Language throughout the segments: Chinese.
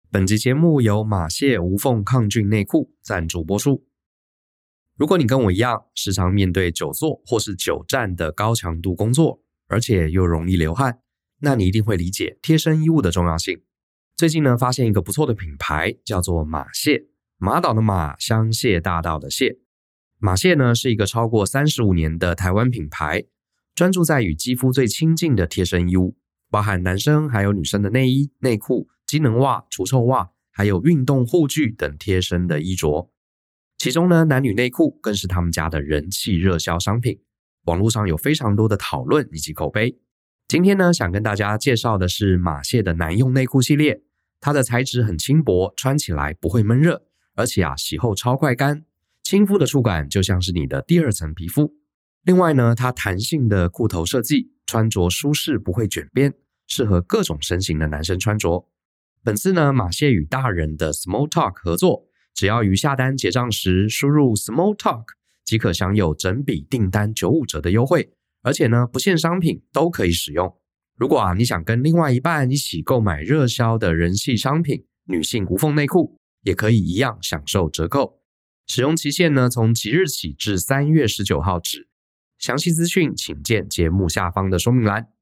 本集节目由马蟹无缝抗菌内裤赞助播出。如果你跟我一样，时常面对久坐或是久站的高强度工作，而且又容易流汗，那你一定会理解贴身衣物的重要性。最近呢，发现一个不错的品牌，叫做马蟹，马岛的马，香榭大道的榭。马蟹呢是一个超过35年的台湾品牌，专注在与肌肤最亲近的贴身衣物，包含男生还有女生的内衣、内裤、机能袜、除臭袜，还有运动护具等贴身的衣着。其中呢，男女内裤更是他们家的人气热销商品，网络上有非常多的讨论以及口碑。今天呢，想跟大家介绍的是马蟹的男用内裤系列，它的材质很轻薄，穿起来不会闷热，而且洗后超快干，亲肤的触感就像是你的第二层皮肤。另外呢，它弹性的裤头设计，穿着舒适不会卷边，适合各种身形的男生穿着。本次呢，马蟹与大人的 Small Talk 合作，只要于下单结账时输入 Small Talk 即可享有整笔订单95折的优惠，而且呢，不限商品都可以使用。如果你想跟另外一半一起购买热销的人气商品女性无缝内裤，也可以一样享受折扣。使用期限呢，从即日起至3月19号止。详细资讯请见节目下方的说明栏。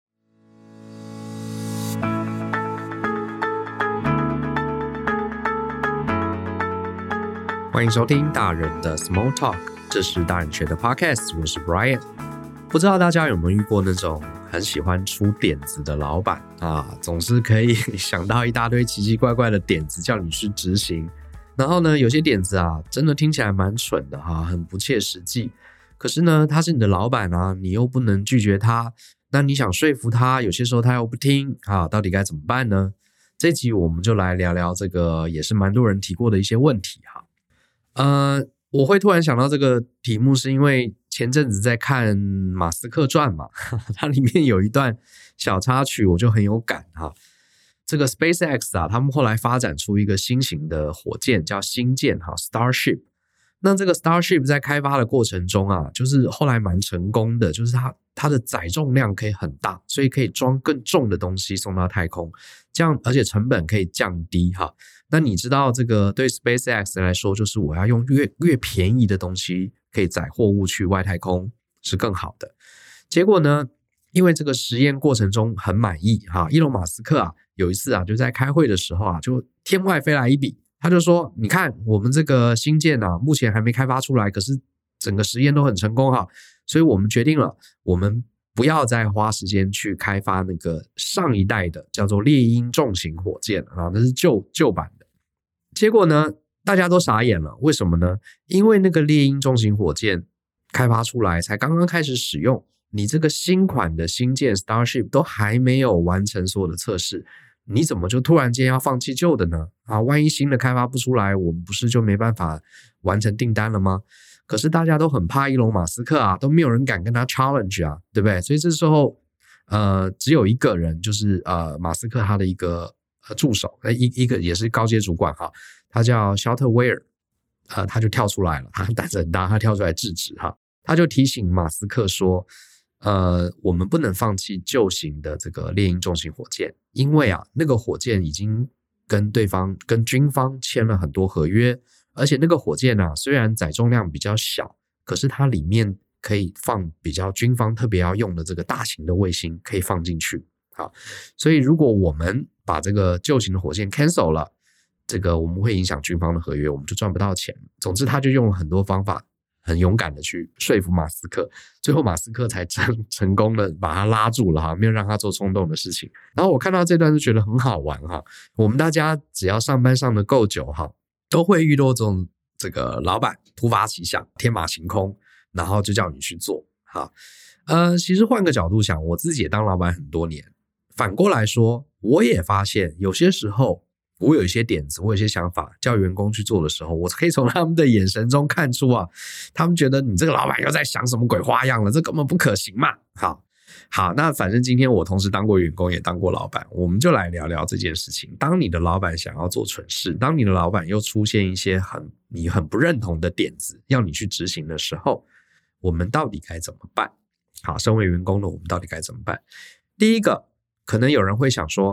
欢迎收听大人的 Small Talk， 这是大人学的 Podcast， 我是 Brian。 不知道大家有没有遇过那种很喜欢出点子的老板总是可以想到一大堆奇奇怪怪的点子叫你去执行。然后呢，有些点子真的听起来蛮蠢的很不切实际。可是呢，他是你的老板你又不能拒绝他，那你想说服他，有些时候他又不听到底该怎么办呢？这集我们就来聊聊这个也是蛮多人提过的一些问题我会突然想到这个题目，是因为前阵子在看马斯克传嘛，它里面有一段小插曲，我就很有感这个 SpaceX 他们后来发展出一个新型的火箭，叫星舰Starship。那这个 Starship 在开发的过程中就是后来蛮成功的，就是它的载重量可以很大，所以可以装更重的东西送到太空，这样而且成本可以降低那你知道这个对 SpaceX 来说，就是我要用越便宜的东西可以载货物去外太空是更好的。结果呢，因为这个实验过程中很满意伊隆马斯克有一次就在开会的时候就天外飞来一笔，他就说你看我们这个星舰目前还没开发出来，可是整个实验都很成功所以我们决定了，我们不要再花时间去开发那个上一代的叫做猎鹰重型火箭那是旧版的。结果呢，大家都傻眼了，为什么呢？因为那个猎鹰重型火箭开发出来才刚刚开始使用，你这个新款的星舰 Starship 都还没有完成所有的测试，你怎么就突然间要放弃旧的呢？万一新的开发不出来，我们不是就没办法完成订单了吗？可是大家都很怕伊隆马斯克都没有人敢跟他 challenge 对不对？所以这时候只有一个人，就是马斯克他的一个助手，一个也是高阶主管他叫肖特威尔他就跳出来了，他胆子很大，他跳出来制止他就提醒马斯克说我们不能放弃旧型的这个猎鹰重型火箭，因为那个火箭已经跟军方签了很多合约，而且那个火箭虽然载重量比较小，可是它里面可以放比较军方特别要用的这个大型的卫星可以放进去所以如果我们把这个旧型的火箭 cancel 了，这个我们会影响军方的合约，我们就赚不到钱。总之他就用了很多方法，很勇敢的去说服马斯克，最后马斯克才成功的把他拉住了没有让他做冲动的事情。然后我看到这段就觉得很好玩我们大家只要上班上的够久都会遇到这个老板突发奇想，天马行空，然后就叫你去做其实换个角度想，我自己也当老板很多年，反过来说，我也发现有些时候我有一些点子，我有一些想法叫员工去做的时候，我可以从他们的眼神中看出他们觉得你这个老板又在想什么鬼花样了，这根本不可行嘛。好，那反正今天我同时当过员工也当过老板，我们就来聊聊这件事情。当你的老板想要做蠢事，当你的老板又出现一些你很不认同的点子要你去执行的时候，我们到底该怎么办？好，身为员工的我们到底该怎么办？第一个，可能有人会想说，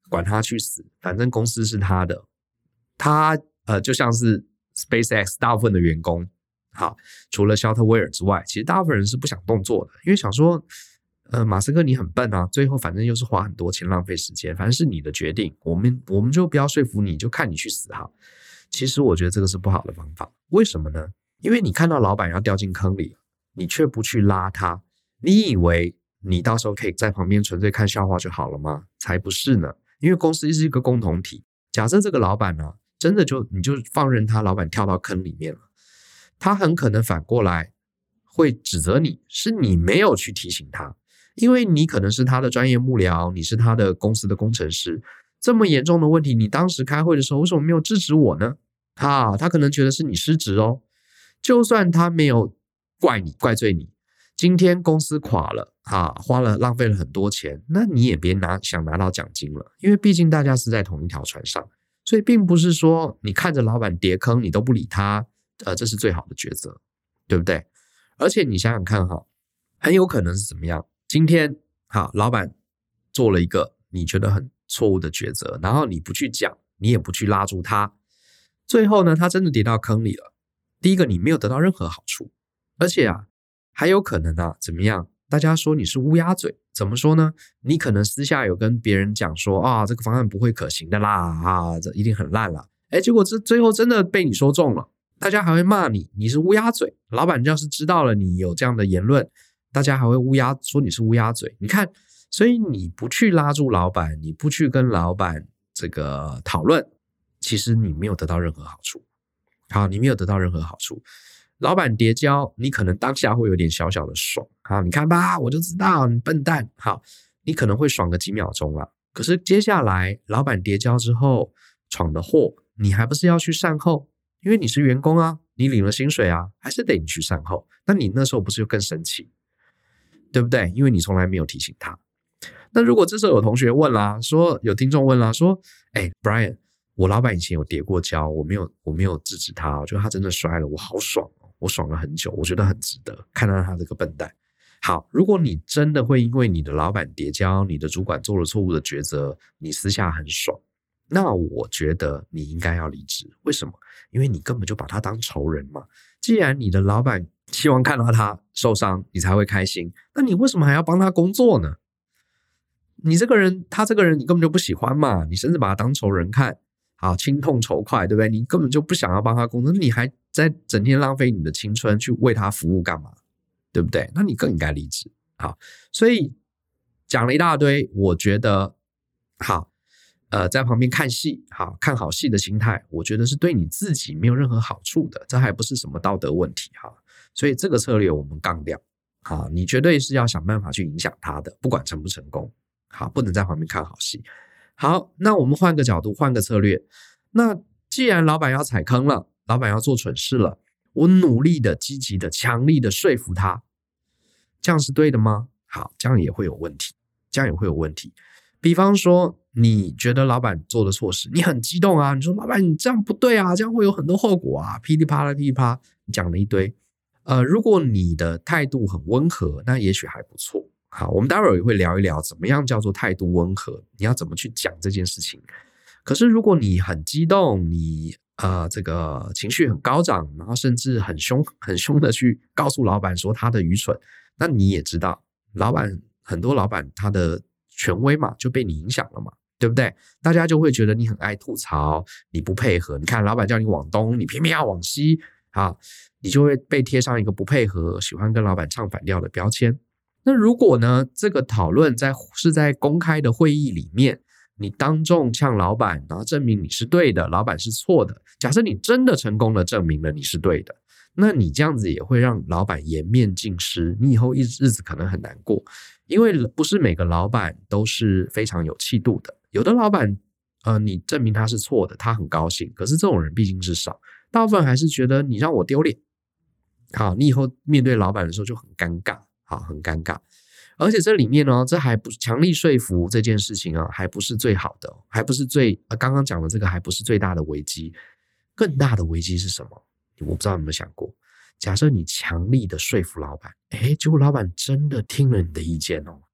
管他去死，反正公司是他的。他就像是 SpaceX 大部分的员工，好，除了肖特威尔之外，其实大部分人是不想动作的，因为想说马斯克你很笨啊，最后反正又是花很多钱浪费时间，反正是你的决定，我们就不要说服你，就看你去死好。其实我觉得这个是不好的方法，为什么呢？因为你看到老板要掉进坑里，你却不去拉他，你以为你到时候可以在旁边纯粹看笑话就好了吗？才不是呢，因为公司是一个共同体。假设这个老板呢，真的你就放任他老板跳到坑里面了，他很可能反过来会指责你，是你没有去提醒他，因为你可能是他的专业幕僚，你是他的公司的工程师，这么严重的问题，你当时开会的时候为什么没有制止我呢？他可能觉得是你失职哦。就算他没有怪罪你，今天公司垮了浪费了很多钱，那你也别想拿到奖金了，因为毕竟大家是在同一条船上，所以并不是说你看着老板跌坑你都不理他，这是最好的抉择，对不对？而且你想想看很有可能是怎么样？今天老板做了一个你觉得很错误的抉择，然后你不去讲，你也不去拉住他，最后呢，他真的跌到坑里了。第一个，你没有得到任何好处，而且还有可能怎么样？大家说你是乌鸦嘴，怎么说呢？你可能私下有跟别人讲说这个方案不会可行的啦这一定很烂啦。结果最后真的被你说中了，大家还会骂你是乌鸦嘴。老板要是知道了你有这样的言论，大家还会说你是乌鸦嘴。你看，所以你不去拉住老板，你不去跟老板这个讨论，其实你没有得到任何好处。你没有得到任何好处。老板跌跤，你可能当下会有点小小的爽。你看吧，我就知道你笨蛋。你可能会爽个几秒钟啦。可是接下来老板跌跤之后闯的祸，你还不是要去善后？因为你是员工你领了薪水还是得你去善后。那你那时候不是就更生气，对不对？因为你从来没有提醒他。那如果这时候有同学问啦，说有听众问啦，说Brian，我老板以前有跌过跤，我没有制止他，我觉得他真的摔了，我好爽我爽了很久，我觉得很值得，看到他这个笨蛋。好，如果你真的会因为你的老板跌跤，你的主管做了错误的抉择，你私下很爽，那我觉得你应该要离职。为什么？因为你根本就把他当仇人嘛。既然你的老板希望看到他受伤，你才会开心，那你为什么还要帮他工作呢？他这个人你根本就不喜欢嘛，你甚至把他当仇人看，亲痛仇快，对不对？你根本就不想要帮他工作，你还在整天浪费你的青春去为他服务干嘛？对不对？那你更应该离职。所以讲了一大堆，我觉得在旁边看戏，看好戏的心态，我觉得是对你自己没有任何好处的，这还不是什么道德问题所以这个策略我们杠掉。你绝对是要想办法去影响他的，不管成不成功。不能在旁边看好戏。好，那我们换个角度，换个策略。那既然老板要踩坑了，老板要做蠢事了，我努力的、积极的、强力的说服他，这样是对的吗？这样也会有问题，比方说你觉得老板做的错事，你很激动你说老板你这样不对这样会有很多后果噼里啪啦噼里啪啦，你讲了一堆。如果你的态度很温和，那也许还不错。我们待会儿也会聊一聊怎么样叫做态度温和，你要怎么去讲这件事情。可是如果你很激动，你这个情绪很高涨，然后甚至很凶的去告诉老板说他的愚蠢，那你也知道很多老板他的权威嘛就被你影响了嘛，对不对？大家就会觉得你很爱吐槽，你不配合，你看老板叫你往东，你偏偏要往西你就会被贴上一个不配合、喜欢跟老板唱反调的标签。那如果呢，这个讨论是在公开的会议里面，你当众呛老板，然后证明你是对的，老板是错的。假设你真的成功的证明了你是对的，那你这样子也会让老板颜面尽失，你以后日子可能很难过。因为不是每个老板都是非常有气度的，有的老板你证明他是错的，他很高兴，可是这种人毕竟是少，大部分还是觉得你让我丢脸。你以后面对老板的时候就很尴尬。很尴尬。而且这里面呢，这还不强力说服这件事情还不是最好的，还不是刚刚讲的这个还不是最大的危机。更大的危机是什么？我不知道你有没有想过，假设你强力的说服老板，结果老板真的听了你的意见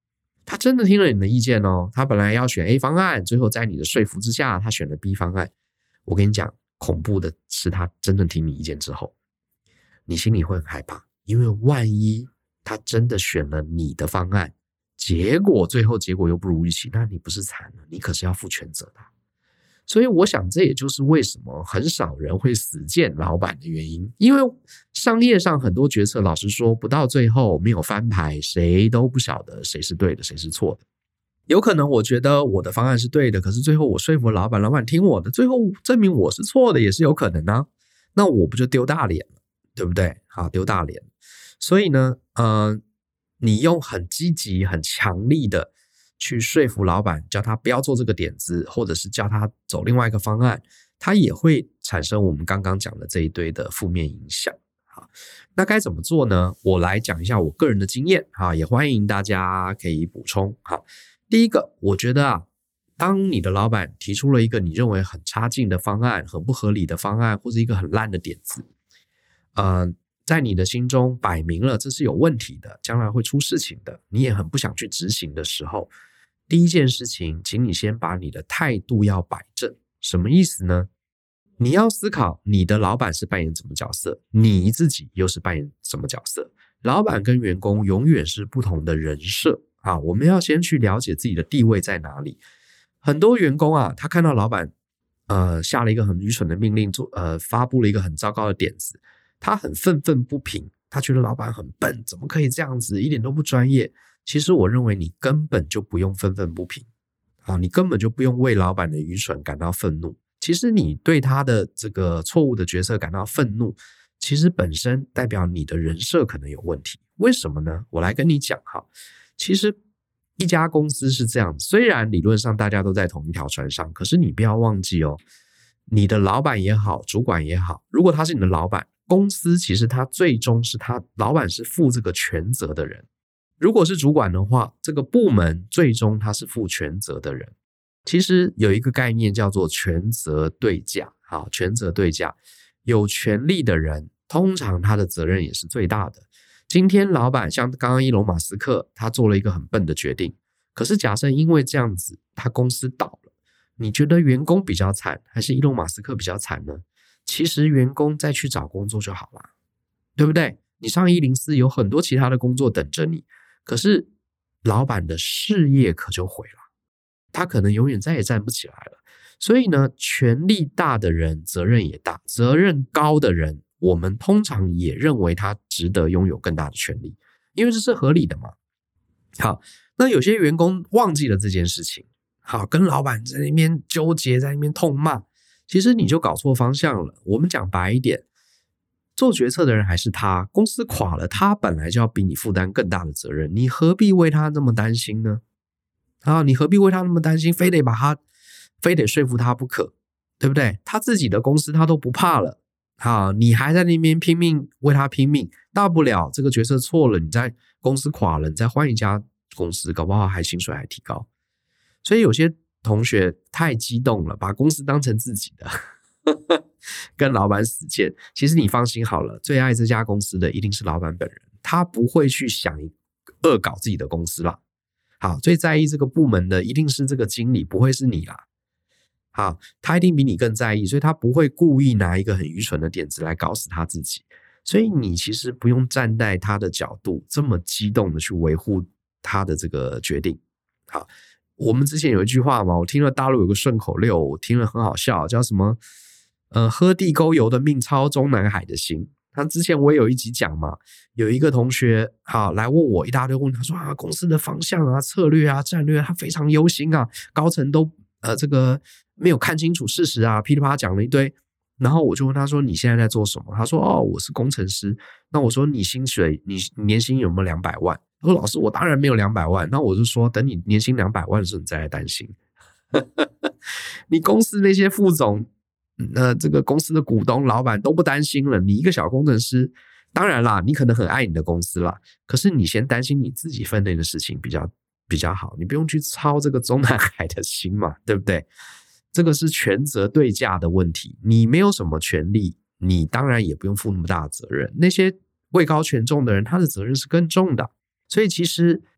他真的听了你的意见哦，他本来要选 A 方案，最后在你的说服之下，他选了 B 方案。我跟你讲，恐怖的是他真正听你意见之后，你心里会很害怕，因为万一他真的选了你的方案，最后结果又不如预期，那你不是惨了，你可是要负全责的。所以我想这也就是为什么很少人会死谏老板的原因，因为商业上很多决策，老实说不到最后没有翻牌，谁都不晓得谁是对的谁是错的。有可能我觉得我的方案是对的，可是最后我说服老板，老板听我的，最后证明我是错的也是有可能啊，那我不就丢大脸了，对不对？好，丢大脸。所以呢你用很积极很强力的去说服老板，叫他不要做这个点子，或者是叫他走另外一个方案，他也会产生我们刚刚讲的这一堆的负面影响。好，那该怎么做呢？我来讲一下我个人的经验，也欢迎大家可以补充。好，第一个，我觉得当你的老板提出了一个你认为很差劲的方案，很不合理的方案，或者一个很烂的点子，在你的心中摆明了这是有问题的，将来会出事情的，你也很不想去执行的时候，第一件事情，请你先把你的态度要摆正。什么意思呢？你要思考你的老板是扮演什么角色，你自己又是扮演什么角色。老板跟员工永远是不同的人设我们要先去了解自己的地位在哪里。很多员工他看到老板下了一个很愚蠢的命令，发布了一个很糟糕的点子，他很愤愤不平，他觉得老板很笨，怎么可以这样子，一点都不专业。其实我认为你根本就不用愤愤不平你根本就不用为老板的愚蠢感到愤怒。其实你对他的这个错误的决策感到愤怒，其实本身代表你的人设可能有问题。为什么呢？我来跟你讲其实一家公司是这样，虽然理论上大家都在同一条船上，可是你不要忘记你的老板也好，主管也好，如果他是你的老板，公司其实他最终是他老板是负这个全责的人。如果是主管的话，这个部门最终他是负全责的人。其实有一个概念叫做权责对价权责对价，有权力的人通常他的责任也是最大的。今天老板像刚刚伊隆马斯克，他做了一个很笨的决定，可是假设因为这样子他公司倒了，你觉得员工比较惨还是伊隆马斯克比较惨呢？其实员工再去找工作就好了，对不对？你上104有很多其他的工作等着你，可是老板的事业可就毁了，他可能永远再也站不起来了。所以呢，权力大的人责任也大，责任高的人我们通常也认为他值得拥有更大的权利，因为这是合理的嘛。好，那有些员工忘记了这件事情，跟老板在那边纠结，在那边痛骂，其实你就搞错方向了。我们讲白一点，做决策的人还是他，公司垮了，他本来就要比你负担更大的责任，你何必为他那么担心呢？你何必为他那么担心，非得说服他不可，对不对？他自己的公司他都不怕了，你还在那边拼命为他拼命，大不了这个决策错了，你在公司垮了，你再换一家公司，搞不好还薪水还提高。所以有些同学太激动了，把公司当成自己的跟老板死谏。其实你放心好了，最爱这家公司的一定是老板本人，他不会去想恶搞自己的公司啦。好，最在意这个部门的一定是这个经理，不会是你啦。好，他一定比你更在意，所以他不会故意拿一个很愚蠢的点子来搞死他自己。所以你其实不用站在他的角度这么激动的去维护他的这个决定。好，我们之前有一句话嘛，我听了大陆有个顺口溜，我听了很好笑，叫什么喝地沟油的命操中南海的心。他之前我也有一集讲嘛，有一个同学来问我一大堆问题，他说公司的方向策略战略他非常忧心高层都这个没有看清楚事实噼里啪啦讲了一堆。然后我就问他说你现在在做什么？他说我是工程师。那我说你薪水你年薪有没有200万？他说老师我当然没有200万。那我就说等你年薪200万的时候你再来担心你公司那些副总这个公司的股东老板都不担心了，你一个小工程师，当然啦你可能很爱你的公司啦，可是你先担心你自己分内的事情比较好，你不用去操这个中南海的心嘛，对不对？这个是权责对价的问题，你没有什么权利，你当然也不用负那么大的责任。那些位高权重的人，他的责任是更重的。所以其实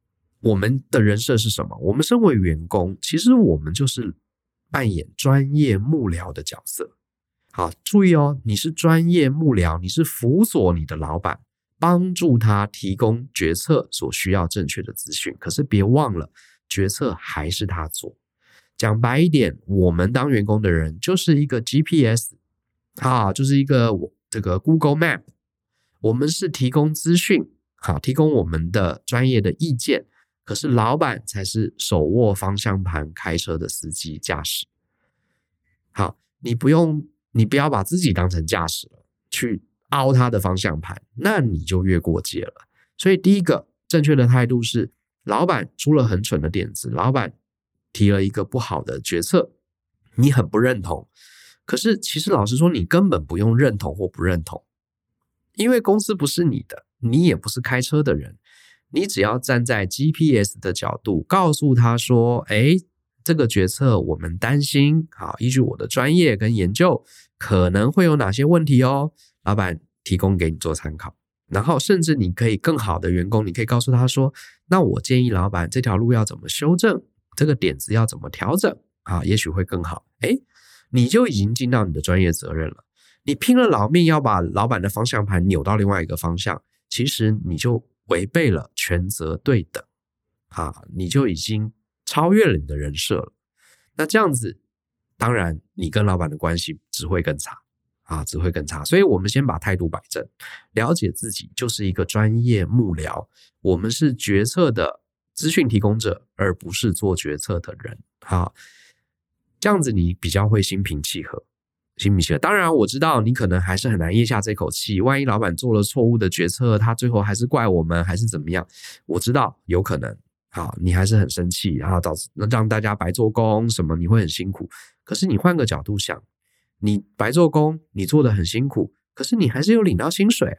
我们的人设是什么？我们身为员工，其实我们就是扮演专业幕僚的角色。好，注意哦，你是专业幕僚，你是辅佐你的老板，帮助他提供决策所需要正确的资讯。可是别忘了，决策还是他做。讲白一点，我们当员工的人就是一个 GPS， 就是一个这个 Google Map， 我们是提供资讯，提供我们的专业的意见。可是老板才是手握方向盘开车的司机驾驶。好，你不要把自己当成驾驶了，去凹他的方向盘，那你就越过界了。所以第一个正确的态度是，老板出了很蠢的点子，老板提了一个不好的决策，你很不认同。可是其实老实说，你根本不用认同或不认同，因为公司不是你的，你也不是开车的人。你只要站在 GPS 的角度，告诉他说，这个决策我们担心，依据我的专业跟研究，可能会有哪些问题哦，老板提供给你做参考。然后甚至你可以更好的员工，你可以告诉他说，那我建议老板这条路要怎么修正，这个点子要怎么调整，也许会更好。你就已经尽到你的专业责任了。你拼了老命要把老板的方向盘扭到另外一个方向，其实你就违背了权责对等，你就已经超越了你的人设了。那这样子，当然你跟老板的关系只会更差，只会更差。所以我们先把态度摆正，了解自己就是一个专业幕僚，我们是决策的资讯提供者，而不是做决策的人。这样子你比较会心平气和。当然我知道你可能还是很难咽下这口气，万一老板做了错误的决策，他最后还是怪我们还是怎么样，我知道有可能，你还是很生气，导致让大家白做工什么，你会很辛苦。可是你换个角度想，你白做工，你做得很辛苦，可是你还是有领到薪水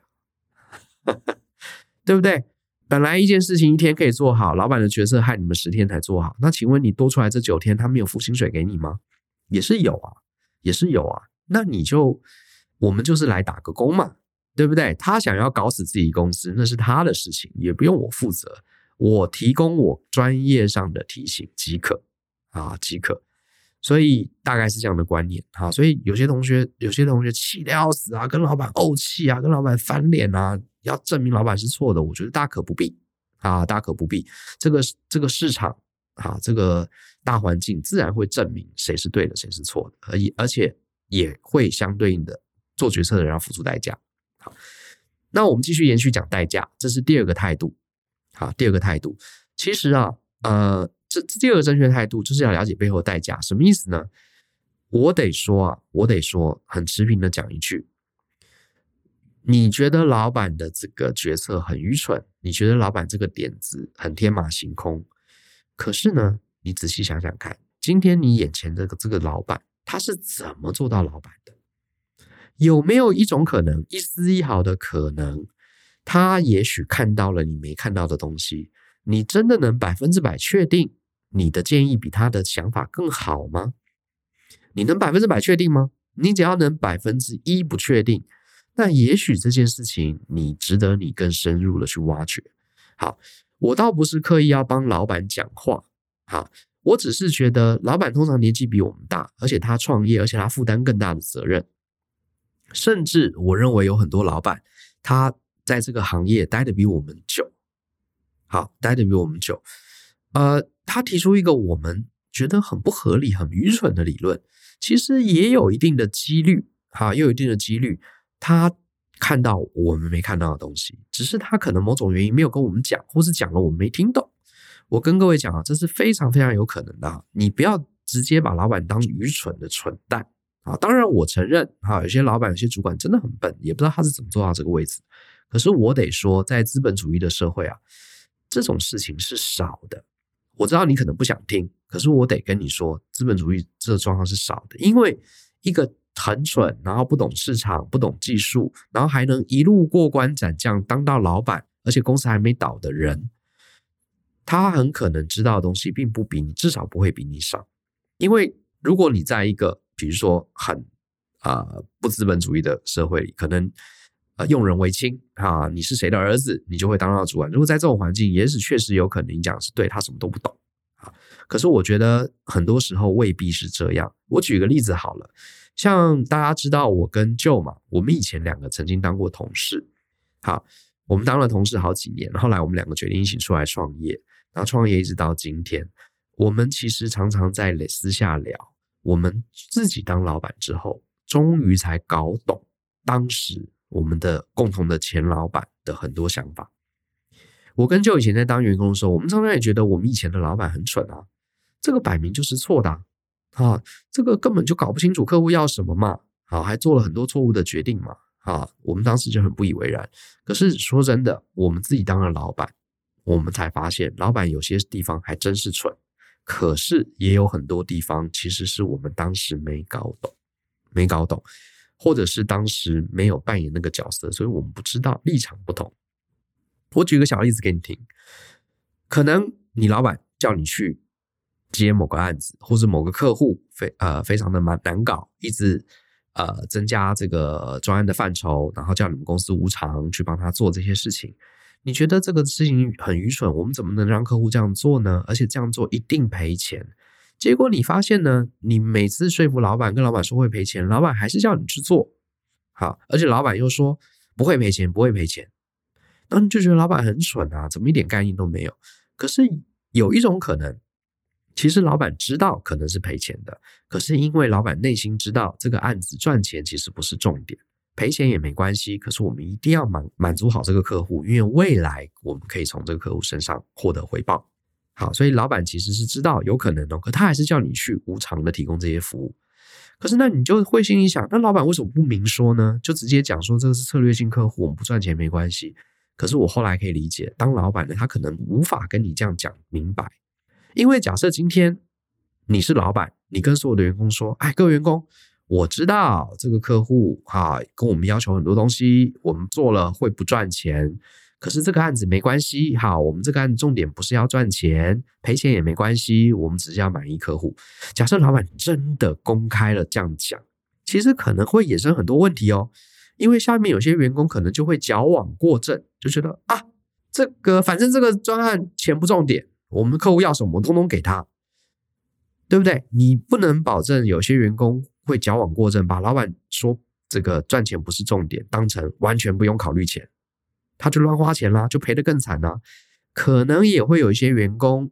对不对？本来一件事情1天可以做好，老板的决策害你们10天才做好，那请问你多出来这9天他没有付薪水给你吗？也是有啊。那我们就是来打个工嘛，对不对？他想要搞死自己公司，那是他的事情，也不用我负责，我提供我专业上的提醒即可。所以大概是这样的观念。所以有些同学气得要死跟老板怄气跟老板翻脸要证明老板是错的，我觉得大可不必。这个市场这个大环境自然会证明谁是对的谁是错的，而且也会相对应的做决策的人要付出代价。好，那我们继续延续讲代价，这是第二个态度。第二个态度其实这第二个正确态度就是要了解背后的代价。什么意思呢？我得说很持平的讲一句，你觉得老板的这个决策很愚蠢，你觉得老板这个点子很天马行空，可是呢，你仔细想想看，今天你眼前这个老板，他是怎么做到老板的？有没有一种可能，一丝一毫的可能，他也许看到了你没看到的东西，你真的能100%确定你的建议比他的想法更好吗？你能100%确定吗？你只要能1%不确定，那也许这件事情你值得你更深入的去挖掘。好，我倒不是刻意要帮老板讲话，我只是觉得老板通常年纪比我们大，而且他创业，而且他负担更大的责任。甚至我认为有很多老板，他在这个行业待得比我们久。他提出一个我们觉得很不合理、很愚蠢的理论，其实也有一定的几率，他看到我们没看到的东西，只是他可能某种原因没有跟我们讲，或是讲了我们没听懂。我跟各位讲这是非常非常有可能的你不要直接把老板当愚蠢的蠢蛋当然我承认有些老板有些主管真的很笨，也不知道他是怎么做到这个位置。可是我得说，在资本主义的社会这种事情是少的。我知道你可能不想听，可是我得跟你说，资本主义这个状况是少的。因为一个很蠢，然后不懂市场，不懂技术，然后还能一路过关斩将当到老板，而且公司还没倒的人，他很可能知道的东西并不比你，至少不会比你少。因为如果你在一个比如说很不资本主义的社会里，可能用人为亲啊，你是谁的儿子，你就会当到主管。如果在这种环境，也许确实有可能你讲是对，他什么都不懂啊。可是我觉得很多时候未必是这样。我举个例子好了，像大家知道我跟Joe嘛，我们以前2个曾经当过同事。好，我们当了同事好几年，后来我们2个决定一起出来创业，然后创业一直到今天。我们其实常常在私下聊，我们自己当老板之后，终于才搞懂当时我们的共同的前老板的很多想法。我跟Joe以前在当员工的时候，我们常常也觉得我们以前的老板很蠢啊，这个摆明就是错的啊，这个根本就搞不清楚客户要什么嘛，还做了很多错误的决定嘛，我们当时就很不以为然。可是说真的，我们自己当了老板，我们才发现老板有些地方还真是蠢，可是也有很多地方其实是我们当时没搞懂，或者是当时没有扮演那个角色，所以我们不知道，立场不同。我举个小例子给你听，可能你老板叫你去接某个案子，或者某个客户非常的难搞，一直增加这个专案的范畴，然后叫你们公司无偿去帮他做这些事情。你觉得这个事情很愚蠢，我们怎么能让客户这样做呢？而且这样做一定赔钱。结果你发现呢，你每次说服老板，跟老板说会赔钱，老板还是叫你去做。好，而且老板又说不会赔钱，不会赔钱。然后你就觉得老板很蠢啊，怎么一点概念都没有？可是有一种可能，其实老板知道可能是赔钱的，可是因为老板内心知道这个案子赚钱其实不是重点，赔钱也没关系，可是我们一定要满足好这个客户，因为未来我们可以从这个客户身上获得回报。好，所以老板其实是知道有可能可他还是叫你去无偿的提供这些服务。可是那你就会心里想，那老板为什么不明说呢？就直接讲说这个是策略性客户，我们不赚钱没关系。可是我后来可以理解，当老板的他可能无法跟你这样讲明白，因为假设今天你是老板，你跟所有的员工说，各位员工，我知道这个客户跟我们要求很多东西，我们做了会不赚钱，可是这个案子没关系，我们这个案子重点不是要赚钱，赔钱也没关系，我们只是要满意客户。假设老板真的公开了这样讲，其实可能会衍生很多问题哦。因为下面有些员工可能就会矫枉过正，就觉得反正这个专案钱不重点，我们客户要什么通通给他，对不对？你不能保证有些员工会矫枉过正，把老板说这个赚钱不是重点当成完全不用考虑钱，他就乱花钱啦，就赔得更惨啦。可能也会有一些员工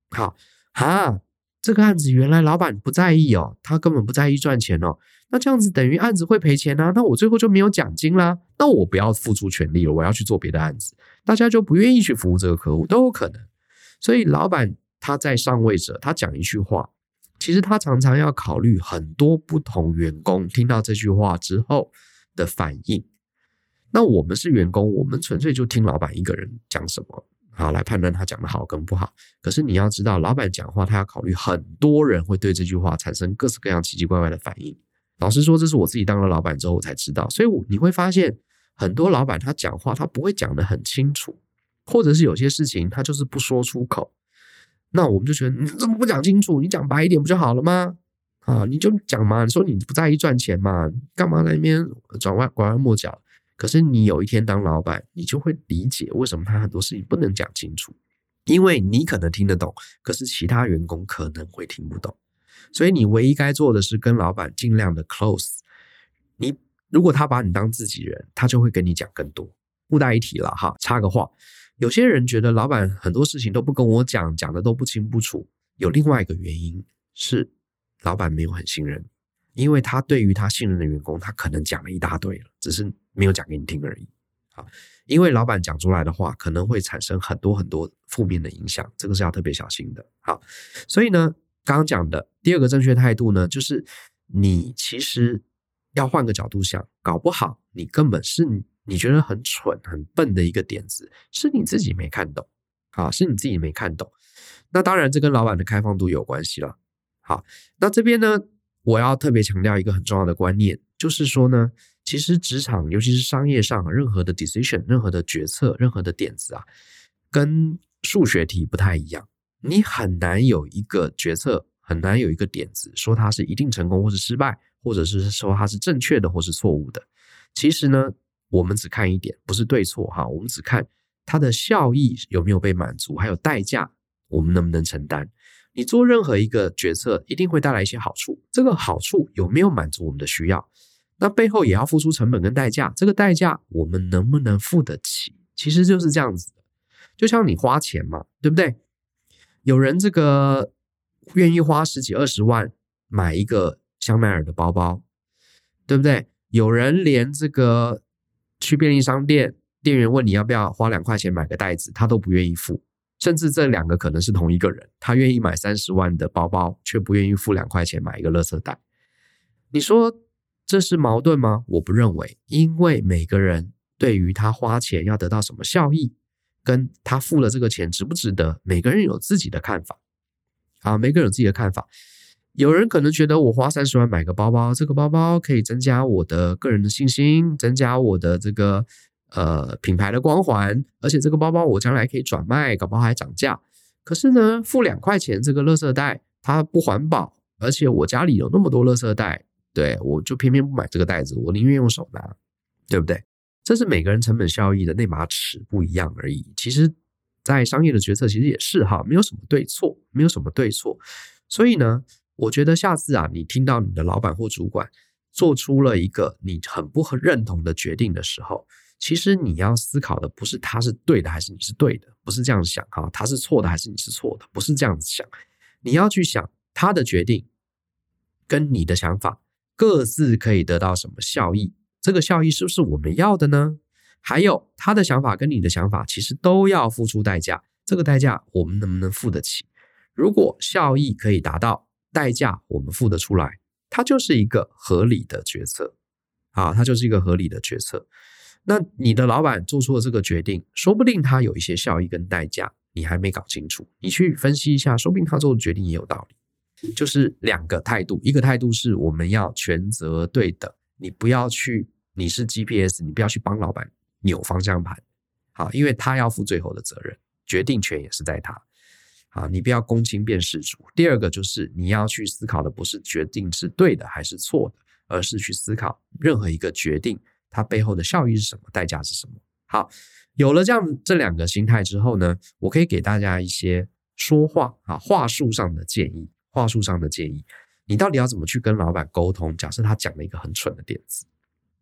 这个案子原来老板不在意哦，他根本不在意赚钱哦，那这样子等于案子会赔钱啊，那我最后就没有奖金啦，那我不要付出全力了，我要去做别的案子，大家就不愿意去服务这个客户，都有可能。所以老板他在上位者，他讲一句话，其实他常常要考虑很多不同员工听到这句话之后的反应。那我们是员工，我们纯粹就听老板一个人讲什么来判断他讲的好跟不好。可是你要知道，老板讲话他要考虑很多人会对这句话产生各式各样奇奇怪怪的反应。老实说，这是我自己当了老板之后我才知道，所以你会发现很多老板他讲话他不会讲得很清楚，或者是有些事情他就是不说出口。那我们就觉得你怎么不讲清楚，你讲白一点不就好了吗？你就讲嘛，你说你不在意赚钱嘛，干嘛在那边拐弯抹角？可是你有一天当老板，你就会理解为什么他很多事情不能讲清楚，因为你可能听得懂，可是其他员工可能会听不懂。所以你唯一该做的是跟老板尽量的 close。 如果他把你当自己人，他就会跟你讲更多。附带一提了插个话，有些人觉得老板很多事情都不跟我讲，讲的都不清不楚，有另外一个原因是老板没有很信任，因为他对于他信任的员工，他可能讲了一大堆了，只是没有讲给你听而已。因为老板讲出来的话可能会产生很多很多负面的影响，这个是要特别小心的。所以呢，刚刚讲的第二个正确态度呢，就是你其实要换个角度想，搞不好你根本是你觉得很蠢很笨的一个点子，是你自己没看懂。是你自己没看懂。那当然这跟老板的开放度有关系了。那这边呢，我要特别强调一个很重要的观念，就是说呢，其实职场尤其是商业上任何的 decision， 任何的决策，任何的点子跟数学题不太一样。你很难有一个决策，很难有一个点子说它是一定成功或是失败，或者是说它是正确的或是错误的。其实呢， 我们只看一点，不是对错哈，我们只看它的效益有没有被满足，还有代价我们能不能承担。你做任何一个决策一定会带来一些好处，这个好处有没有满足我们的需要，那背后也要付出成本跟代价，这个代价我们能不能付得起，其实就是这样子的。就像你花钱嘛，对不对？有人这个愿意花10几20万买一个香奈儿的包包，对不对？有人连这个去便利商店，店员问你要不要花2块钱买个袋子，他都不愿意付。甚至这两个可能是同一个人，他愿意买30万的包包，却不愿意付2块钱买一个垃圾袋。你说这是矛盾吗？我不认为，因为每个人对于他花钱要得到什么效益，跟他付了这个钱值不值得，每个人有自己的看法。每个人有自己的看法。有人可能觉得我花30万买个包包，这个包包可以增加我的个人的信心，增加我的这个品牌的光环，而且这个包包我将来可以转卖，搞不好还涨价。可是呢，付2块钱这个垃圾袋它不环保，而且我家里有那么多垃圾袋，对，我就偏偏不买这个袋子，我宁愿用手拿，对不对？这是每个人成本效益的那把尺不一样而已。其实在商业的决策其实也是没有什么对错，没有什么对错。所以呢，我觉得下次你听到你的老板或主管做出了一个你很不认同的决定的时候，其实你要思考的不是他是对的还是你是对的，不是这样想他是错的还是你是错的，不是这样子想。你要去想他的决定跟你的想法各自可以得到什么效益，这个效益是不是我们要的呢？还有他的想法跟你的想法其实都要付出代价，这个代价我们能不能付得起？如果效益可以达到，代价我们付得出来，它就是一个合理的决策。它就是一个合理的决策。那你的老板做出了这个决定，说不定他有一些效益跟代价你还没搞清楚，你去分析一下，说不定他做的决定也有道理。就是2个态度，一个态度是我们要权责对等，你不要去，你是 GPS， 你不要去帮老板扭方向盘，因为他要负最后的责任，决定权也是在他。你不要公亲变事主。第二个就是你要去思考的不是决定是对的还是错的，而是去思考任何一个决定它背后的效益是什么，代价是什么。好，有了这2个心态之后呢，我可以给大家一些说话话术上的建议。你到底要怎么去跟老板沟通？假设他讲了一个很蠢的点子，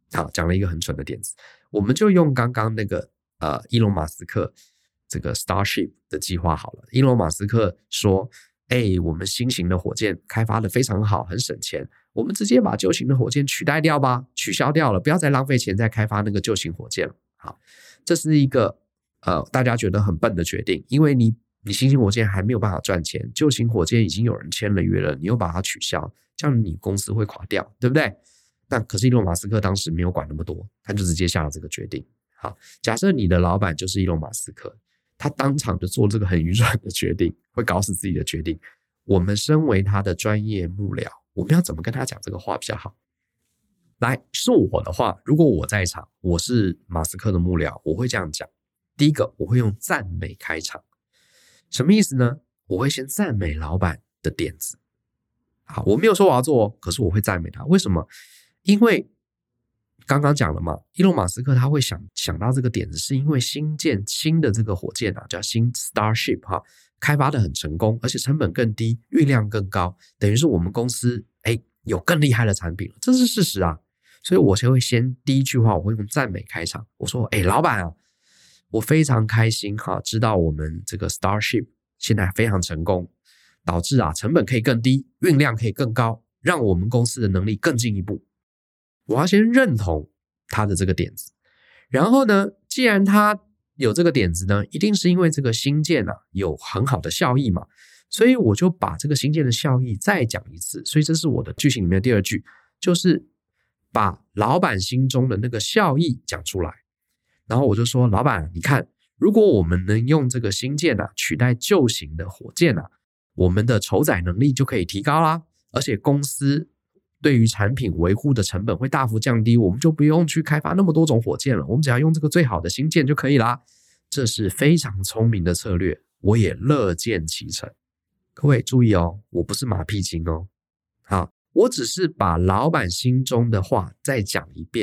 我们就用刚刚那个伊隆马斯克这个 Starship 的计划好了。伊隆马斯克说我们新型的火箭开发的非常好，很省钱，我们直接把旧型的火箭取消掉了，不要再浪费钱再开发那个旧型火箭了。好，这是一个大家觉得很笨的决定，因为你新型火箭还没有办法赚钱，旧型火箭已经有人签了约了，你又把它取消，这样你公司会垮掉，对不对？那可是伊隆马斯克当时没有管那么多，他就直接下了这个决定。好，假设你的老板就是伊隆马斯克，他当场就做这个很愚蠢的决定，会搞死自己的决定。我们身为他的专业幕僚，我们要怎么跟他讲这个话比较好？来，是我的话，如果我在场，我是马斯克的幕僚，我会这样讲。第一个，我会用赞美开场。什么意思呢？我会先赞美老板的点子。好，我没有说我要做可是我会赞美他。为什么？因为刚刚讲了嘛，伊隆马斯克他会想到这个点子，是因为新的这个火箭叫新 Starship 开发的很成功，而且成本更低，运量更高，等于是我们公司有更厉害的产品了，这是事实啊。所以我先第一句话我会用赞美开场，我说老板我非常开心知道我们这个 Starship 现在非常成功，导致成本可以更低，运量可以更高，让我们公司的能力更进一步。我要先认同他的这个点子，然后呢，既然他有这个点子呢，一定是因为这个新建有很好的效益嘛，所以我就把这个新建的效益再讲一次。所以这是我的句型里面的第2句，就是把老板心中的那个效益讲出来。然后我就说，老板你看，如果我们能用这个新建取代旧型的火箭我们的筹载能力就可以提高啦，而且公司对于产品维护的成本会大幅降低，我们就不用去开发那么多种火箭了，我们只要用这个最好的新建就可以啦。这是非常聪明的策略，我也乐见其成。各位注意我不是马屁精好，我只是把老板心中的话再讲一遍，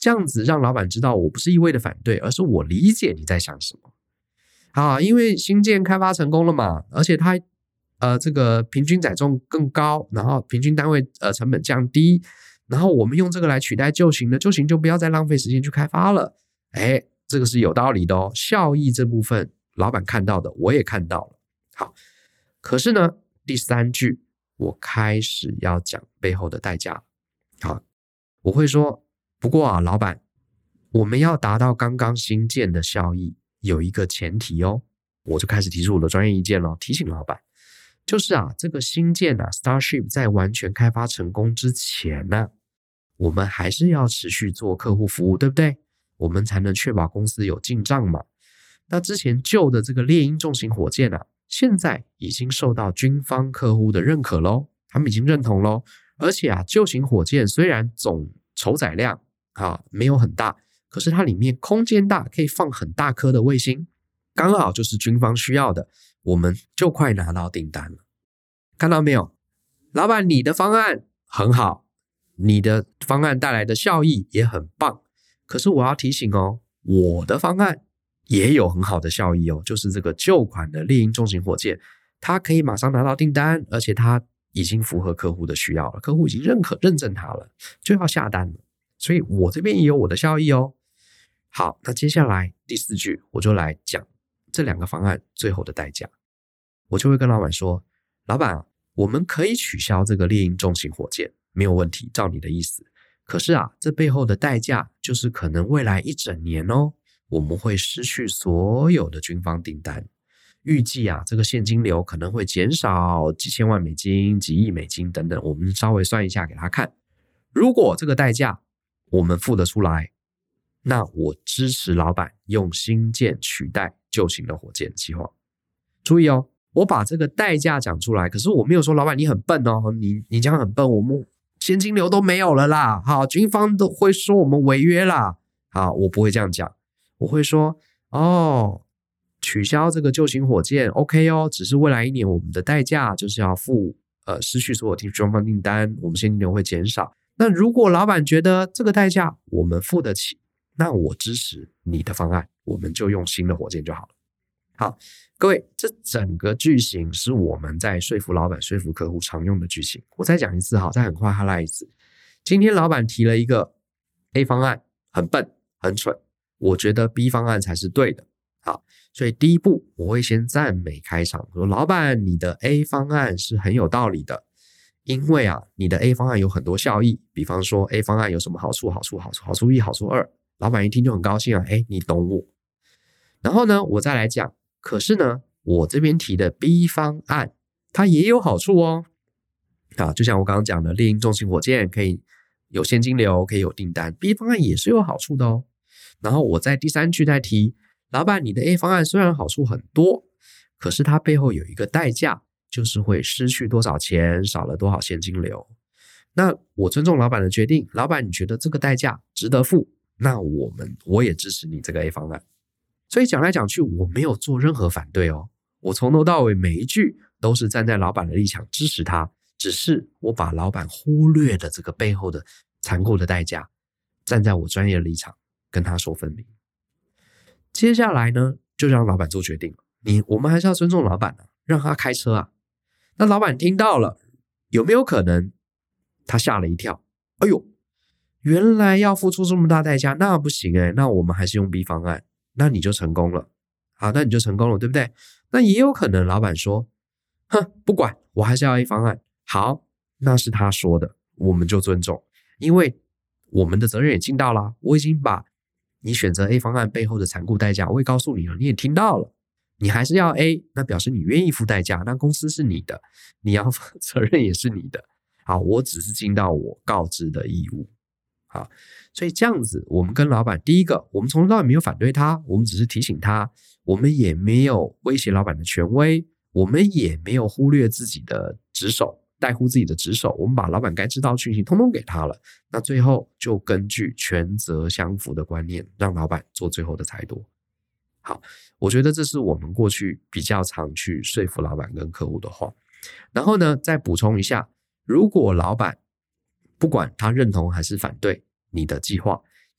这样子让老板知道我不是一味的反对，而是我理解你在想什么。因为新建开发成功了嘛，而且它这个平均载重更高，然后平均单位成本降低，然后我们用这个来取代旧型的，旧型就不要再浪费时间去开发了。这个是有道理的哦，效益这部分老板看到的，我也看到了。好，可是呢，第3句我开始要讲背后的代价。好，我会说，不过啊，老板，我们要达到刚刚新建的效益，有一个前提哦。我就开始提出我的专业意见了，提醒老板，就是这个新建Starship 在完全开发成功之前我们还是要持续做客户服务，对不对？我们才能确保公司有进账嘛。那之前旧的这个猎鹰重型火箭现在已经受到军方客户的认可咯，他们已经认同咯。而且旧型火箭虽然总筹载量没有很大，可是它里面空间大，可以放很大颗的卫星，刚好就是军方需要的，我们就快拿到订单了。看到没有？老板，你的方案很好，你的方案带来的效益也很棒，可是我要提醒哦，我的方案也有很好的效益哦，就是这个旧款的猎鹰重型火箭，它可以马上拿到订单，而且它已经符合客户的需要了，客户已经认证它了，就要下单了，所以我这边也有我的效益哦。好，那接下来第4句我就来讲这2个方案最后的代价。我就会跟老板说，老板我们可以取消这个猎鹰重型火箭，没有问题，照你的意思。可是这背后的代价就是可能未来1整年我们会失去所有的军方订单。预计这个现金流可能会减少几千万美金、几亿美金等等，我们稍微算一下给他看。如果这个代价我们付得出来，那我支持老板用新建取代旧型的火箭计划。注意哦，我把这个代价讲出来，可是我没有说老板你很笨哦，你这样很笨，我们现金流都没有了啦，好，军方都会说我们违约啦。好，我不会这样讲，我会说取消这个旧型火箭 OK 哦，只是未来1年我们的代价就是要失去所有军方订单，我们现金流会减少。那如果老板觉得这个代价我们付得起，那我支持你的方案，我们就用新的火箭就好了。好，各位，这整个句型是我们在说服老板、说服客户常用的句型。我再讲一次，再很快highlight一次。今天老板提了一个 A 方案，很笨、很蠢，我觉得 B 方案才是对的。好，所以第一步我会先赞美开场，说老板，你的 A 方案是很有道理的，因为你的 A 方案有很多效益，比方说 A 方案有什么好处1、好处2，老板一听就很高兴你懂我。然后呢，我再来讲，可是呢，我这边提的 B 方案它也有好处哦。就像我刚刚讲的，猎鹰重型火箭可以有现金流，可以有订单， B 方案也是有好处的哦。然后我在第3句再提，老板，你的 A 方案虽然好处很多，可是它背后有一个代价，就是会失去多少钱，少了多少现金流。那我尊重老板的决定，老板你觉得这个代价值得付，那我也支持你这个 A 方案。所以讲来讲去，我没有做任何反对哦，我从头到尾每一句都是站在老板的立场支持他，只是我把老板忽略的这个背后的残酷的代价，站在我专业的立场跟他说分明。接下来呢，就让老板做决定了，我们还是要尊重老板让他开车那老板听到了，有没有可能他吓了一跳，哎呦，原来要付出这么大代价，那不行那我们还是用 B 方案，那你就成功了。好，那你就成功了，对不对？那也有可能老板说，不管，我还是要 A 方案。好，那是他说的，我们就尊重，因为我们的责任也尽到了，我已经把你选择 A 方案背后的残酷代价我也告诉你了，你也听到了，你还是要 A， 那表示你愿意付代价，那公司是你的，你要责任也是你的。好，我只是尽到我告知的义务。好，所以这样子我们跟老板，第一个，我们从头到尾没有反对他，我们只是提醒他，我们也没有威胁老板的权威，我们也没有忽略自己的职守，代护自己的职守，我们把老板该知道的讯息通通给他了。那最后就根据权责相符的观念，让老板做最后的裁夺。好，我觉得这是我们过去比较常去说服老板跟客户的话。然后呢，再补充一下，如果老板不管他认同还是反对你的计划，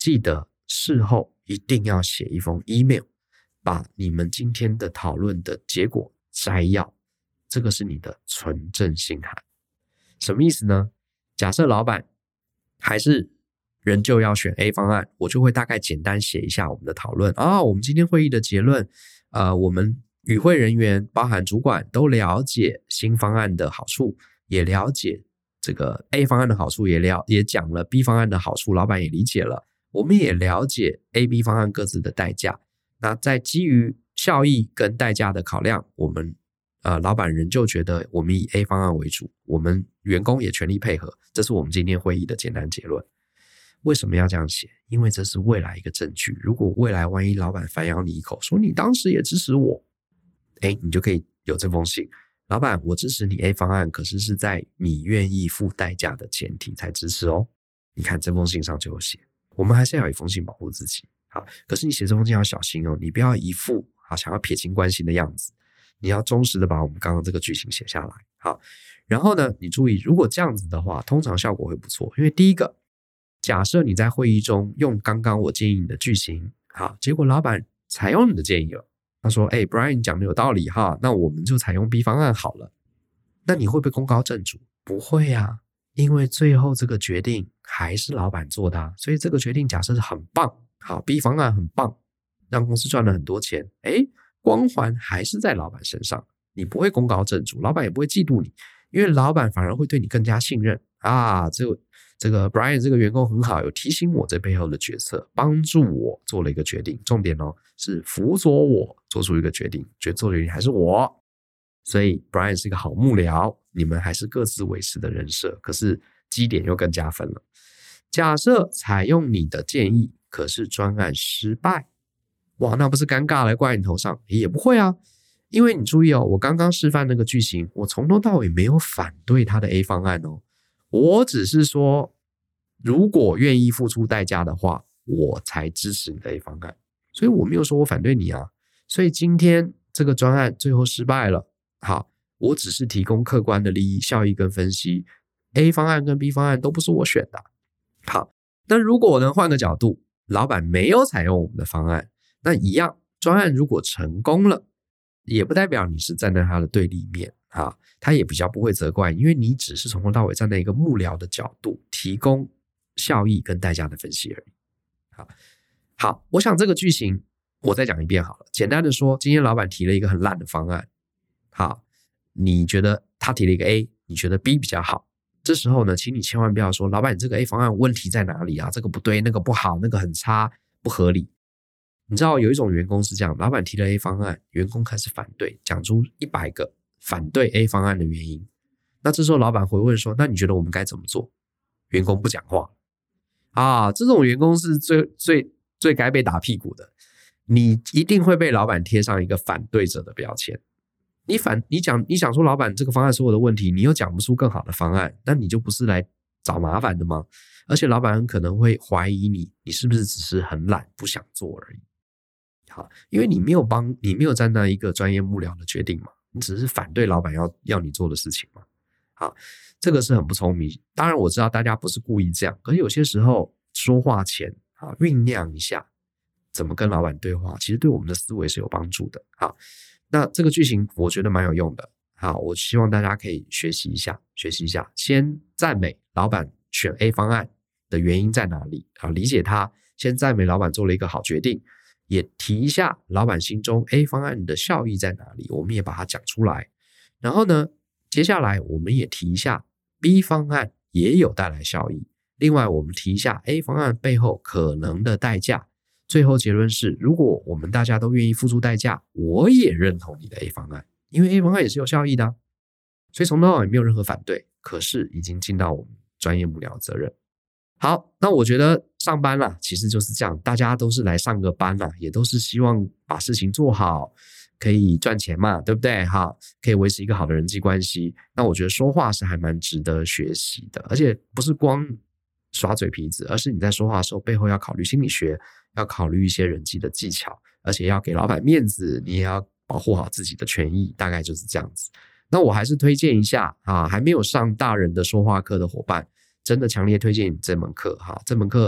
记得事后一定要写一封 email， 把你们今天的讨论的结果摘要，这个是你的存证信函。什么意思呢？假设老板还是仍旧要选 A 方案，我就会大概简单写一下我们的讨论我们今天会议的结论，我们与会人员包含主管都了解新方案的好处，也了解这个 A 方案的好处，也讲了 B 方案的好处，老板也理解了，我们也了解 A、B 方案各自的代价。那在基于效益跟代价的考量，我们老板仍旧觉得我们以 A 方案为主，我们员工也全力配合，这是我们今天会议的简单结论。为什么要这样写？因为这是未来一个证据，如果未来万一老板反咬你一口，说你当时也支持我，你就可以有这封信，老板我支持你 A 方案，可是是在你愿意付代价的前提才支持哦。你看这封信上就有写，我们还是要有一封信保护自己。好，可是你写这封信要小心哦，你不要一副想要撇清关系的样子，你要忠实的把我们刚刚这个句型写下来。好，然后呢，你注意，如果这样子的话，通常效果会不错。因为第一个，假设你在会议中用刚刚我建议你的句型，好，结果老板采用你的建议了，他说Brian 讲的有道理哈，那我们就采用 B 方案好了。那你会不会功高震主？不会啊，因为最后这个决定还是老板做的所以这个决定假设是很棒，好 B 方案很棒，让公司赚了很多钱，光环还是在老板身上，你不会功高震主，老板也不会嫉妒你，因为老板反而会对你更加信任这个 Brian 这个员工很好，有提醒我这背后的决策，帮助我做了一个决定，重点是辅佐我做出一个决定，做决定还是我，所以 Brian 是一个好幕僚，你们还是各自维持的人设，可是基点又更加分了。假设采用你的建议，可是专案失败，哇，那不是尴尬来怪你头上？也不会啊，因为你注意我刚刚示范那个句型，我从头到尾没有反对他的 A 方案我只是说如果愿意付出代价的话，我才支持你的 A 方案，所以我没有说我反对你啊。所以今天这个专案最后失败了，好，我只是提供客观的利益效益跟分析， A 方案跟 B 方案都不是我选的。好，那如果呢换个角度，老板没有采用我们的方案，那一样专案如果成功了，也不代表你是站在他的对立面他也比较不会责怪，因为你只是从头到尾站在一个幕僚的角度提供效益跟代价的分析而已。好，我想这个句型我再讲一遍好了。简单的说，今天老板提了一个很烂的方案，好，你觉得他提了一个 A， 你觉得 B 比较好，这时候呢，请你千万不要说老板你这个 A 方案问题在哪里这个不对，那个不好，那个很差，不合理。你知道有一种员工是这样，老板提了 A 方案，员工开始反对，讲出100个反对 A 方案的原因，那这时候老板回问说，那你觉得我们该怎么做？员工不讲话这种员工是最该被打屁股的，你一定会被老板贴上一个反对者的标签。你想说老板这个方案所有的问题，你又讲不出更好的方案，那你就不是来找麻烦的吗？而且老板很可能会怀疑你是不是只是很懒不想做而已。好，因为你没有站在一个专业幕僚的决定嘛，你只是反对老板要你做的事情嘛。好，这个是很不聪明。当然我知道大家不是故意这样，可是有些时候说话前酝酿一下怎么跟老板对话，其实对我们的思维是有帮助的。好，那这个句型我觉得蛮有用的。好，我希望大家可以学习一下，先赞美老板选 A 方案的原因在哪里，好，理解他，先赞美老板做了一个好决定，也提一下老板心中 A 方案的效益在哪里，我们也把它讲出来。然后呢，接下来我们也提一下 B 方案也有带来效益，另外我们提一下 A 方案背后可能的代价。最后结论是，如果我们大家都愿意付出代价，我也认同你的 A 方案，因为 A 方案也是有效益的所以从头到尾没有任何反对，可是已经尽到我们专业幕僚责任。好，那我觉得上班啦其实就是这样，大家都是来上个班啦，也都是希望把事情做好，可以赚钱嘛，对不对？好，可以维持一个好的人际关系。那我觉得说话是还蛮值得学习的，而且不是光耍嘴皮子，而是你在说话的时候背后要考虑心理学，要考虑一些人际的技巧，而且要给老板面子，你也要保护好自己的权益，大概就是这样子。那我还是推荐一下还没有上大人的说话课的伙伴，真的强烈推荐你这门课这门课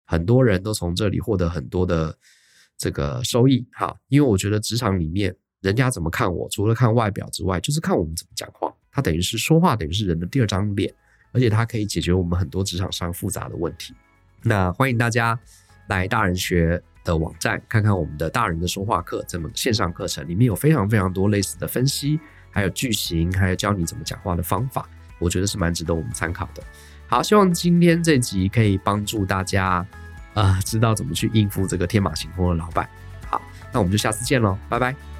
很多人都从这里获得很多的这个收益哈。因为我觉得职场里面人家怎么看我，除了看外表之外，就是看我们怎么讲话。它等于是说话，等于是人的第二张脸，而且它可以解决我们很多职场上复杂的问题。那欢迎大家来大人学的网站看看我们的大人的说话课这门线上课程，里面有非常非常多类似的分析，还有句型，还有教你怎么讲话的方法，我觉得是蛮值得我们参考的。好，希望今天这集可以帮助大家知道怎么去应付这个天马行空的老板。好，那我们就下次见咯，拜拜。